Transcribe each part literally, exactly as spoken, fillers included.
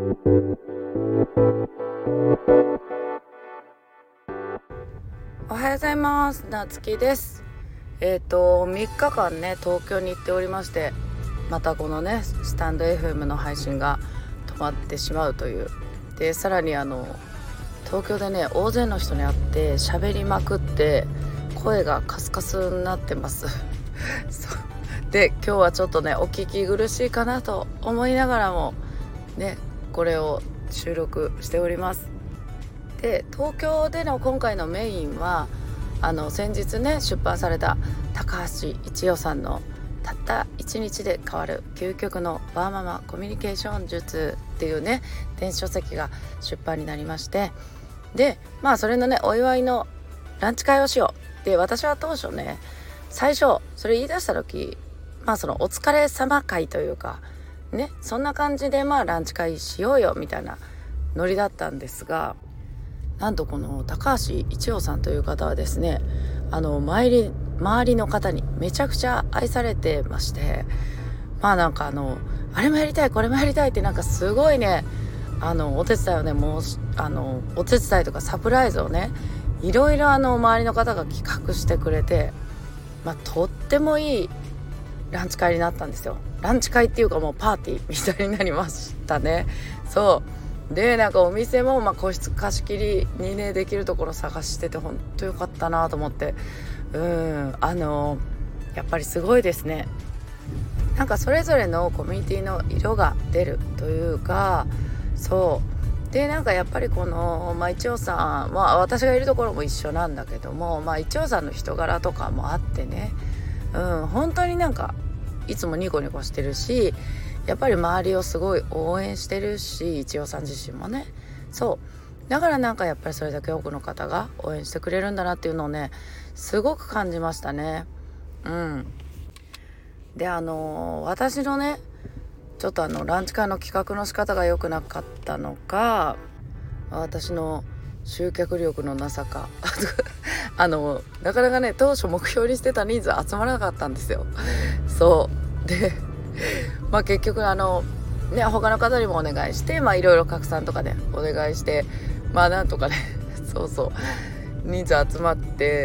おはようございます。なつきです。えっ、ー、とみっかかんね東京に行っておりまして、またこのねスタンド エフエム の配信が止まってしまうという。でさらにあの東京でね大勢の人に会って喋りまくって声がカスカスになってますそうで今日はちょっとねお聞き苦しいかなと思いながらもねこれを収録しております。で東京での今回のメインはあの先日ね出版された高橋一生さんのたったいちにちで変わる究極のワーママコミュニケーション術っていうね電子書籍が出版になりまして、でまあそれのねお祝いのランチ会をしようで、私は当初ね最初それ言い出した時まあそのお疲れ様会というかねそんな感じでまあランチ会しようよみたいなノリだったんですが、なんとこの高橋一生さんという方はですねあの周り周りの方にめちゃくちゃ愛されてまして、まあなんかあのあれもやりたいこれもやりたいってなんかすごいねあのお手伝いをねもうあのお手伝いとかサプライズをねいろいろあの周りの方が企画してくれて、まあとってもいいランチ会になったんですよ。ランチ会っていうかもうパーティーみたいになりましたね。そうでなんかお店もまあ個室貸し切りにねできるところ探してて本当よかったなと思って、うんあのやっぱりすごいですね。なんかそれぞれのコミュニティの色が出るというか、そうでなんかやっぱりこの、まあ、一応さん、まあ、私がいるところも一緒なんだけども、まあ、一応さんの人柄とかもあってね、うん、本当になんかいつもニコニコしてるし、やっぱり周りをすごい応援してるし、一応さん自身もね、そうだからなんかやっぱりそれだけ多くの方が応援してくれるんだなっていうのをねすごく感じましたね。うんであのー、私のねちょっとあのランチ会の企画の仕方が良くなかったのか、私の集客力のなさかあのなかなかね当初目標にしてた人数集まらなかったんですよ。そうでまあ結局あのね他の方にもお願いしてまあいろいろ拡散とかでお願いしてまあなんとかねそうそう人数集まって、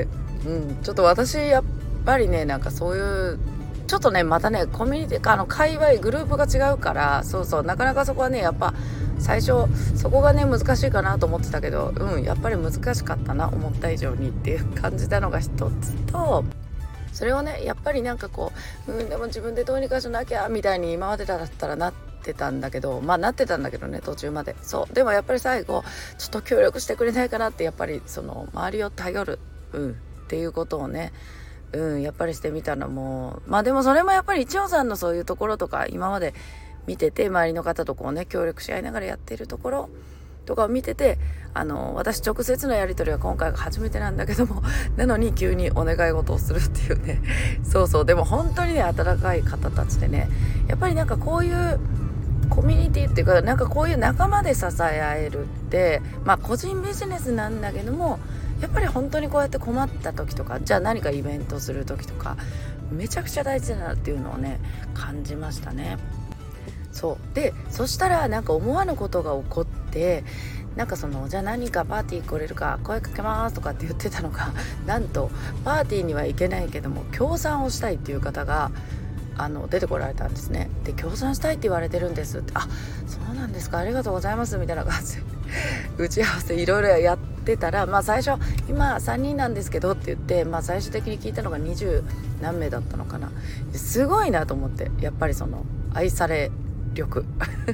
うん、ちょっと私やっぱりねなんかそういうちょっとねまたねコミュニティあの界隈グループが違うから、そうそうなかなかそこはねやっぱ最初そこがね難しいかなと思ってたけど、うんやっぱり難しかったな思った以上にっていう感じたのが一つと、それをねやっぱりなんかこう、うん、でも自分でどうにかしなきゃみたいに今までだったらなってたんだけど、まあなってたんだけどね途中まで、そうでもやっぱり最後ちょっと協力してくれないかなってやっぱりその周りを頼る、うん、っていうことをねうんやっぱりしてみたのも、まあでもそれもやっぱり一応さんのそういうところとか今まで見てて周りの方とこうね協力し合いながらやっているところとかを見てて、あの私直接のやり取りは今回が初めてなんだけどもなのに急にお願い事をするっていうねそうそうでも本当にね温かい方たちでね、やっぱりなんかこういうコミュニティっていうかなんかこういう仲間で支え合えるってまあ個人ビジネスなんだけどもやっぱり本当にこうやって困った時とかじゃあ何かイベントする時とかめちゃくちゃ大事だなっていうのをね感じましたね。そうでそしたらなんか思わぬことが起こってなんかそのじゃあ何かパーティー来れるか声かけますとかって言ってたのがなんとパーティーには行けないけども協賛をしたいっていう方があの出てこられたんですね。で協賛したいって言われてるんですって、あそうなんですかありがとうございますみたいな感じで打ち合わせいろいろやってたら、まあ最初今さんにんなんですけどって言って、まあ最終的に聞いたのがにじゅうなんめいだったのかな。すごいなと思って、やっぱりその愛され力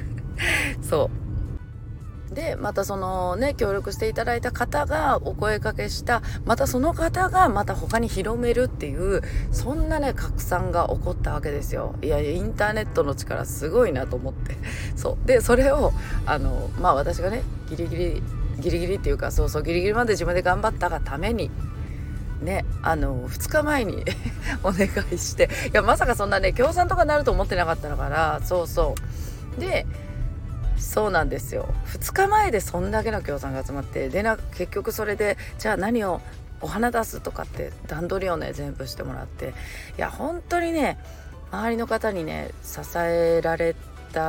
そうでまたそのね協力していただいた方がお声かけしたまたその方がまた他に広めるっていうそんなね拡散が起こったわけですよ。いやいやインターネットの力すごいなと思ってそうでそれをあのまあ私がねギリギリギリギリっていうかそうそうギリギリまで自分で頑張ったがためにねあのふつかまえにお願いして、いやまさかそんなね協賛とかなると思ってなかったのから、そうそうでそうなんですよふつかまえでそんだけの協賛が集まってでな結局それでじゃあ何をお花出すとかって段取りをね全部してもらって、いや本当にね周りの方にね支えられた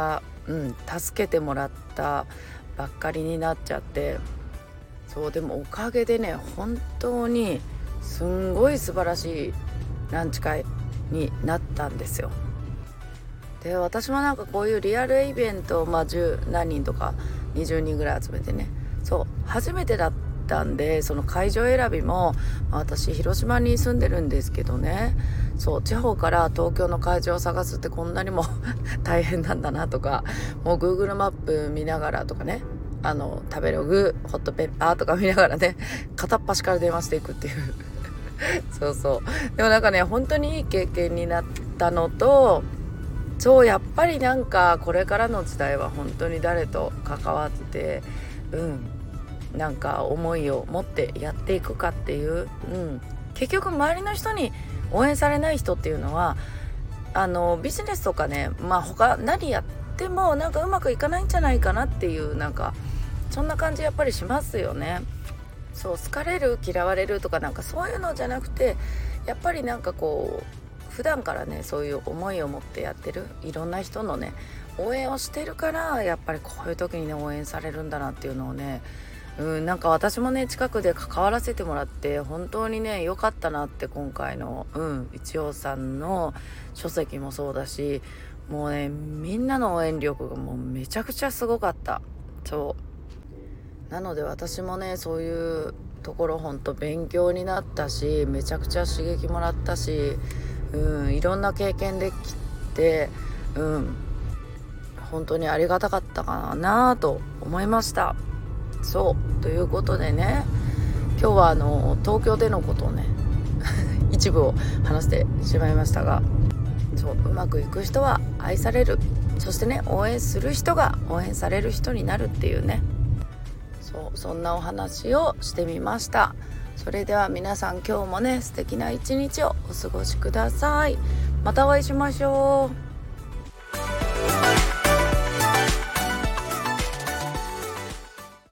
うん、助けてもらったばっかりになっちゃって、そうでもおかげでね本当にすんごい素晴らしいランチ会になったんですよ。で私もなんかこういうリアルイベントをまあじゅう何人とかにじゅうにんぐらい集めてね、そう初めてだったんで、その会場選びも、まあ私広島に住んでるんですけどね、そう地方から東京の会場を探すってこんなにも大変なんだなとか、もう Google マップ見ながらとかね、あの食べログホットペッパーとか見ながらね片っ端から電話していくっていうそうそうでもなんかね本当にいい経験になったのと、そうやっぱりなんかこれからの時代は本当に誰と関わってうんなんか思いを持ってやっていくかっていう、うん、結局周りの人に応援されない人っていうのはあのビジネスとかね、まあ他何やってもなんかうまくいかないんじゃないかなっていう、なんかそんな感じやっぱりしますよね。そう好かれる嫌われるとかなんかそういうのじゃなくて、やっぱりなんかこう普段からねそういう思いを持ってやってるいろんな人のね応援をしてるから、やっぱりこういう時にね応援されるんだなっていうのをね、うん、なんか私もね近くで関わらせてもらって本当にね良かったなって、今回のうん一応さんの書籍もそうだし、もうねみんなの応援力がもうめちゃくちゃすごかった。そうなので私もねそういうところ本当勉強になったし、めちゃくちゃ刺激もらったし、うん、いろんな経験できて、うん、本当にありがたかったかなと思いました。そうということでね、今日はあの東京でのことをね一部を話してしまいましたが、そううまくいく人は愛される、そしてね応援する人が応援される人になるっていうね、そうそんなお話をしてみました。それでは皆さん今日もね素敵な一日をお過ごしください。またお会いしましょう。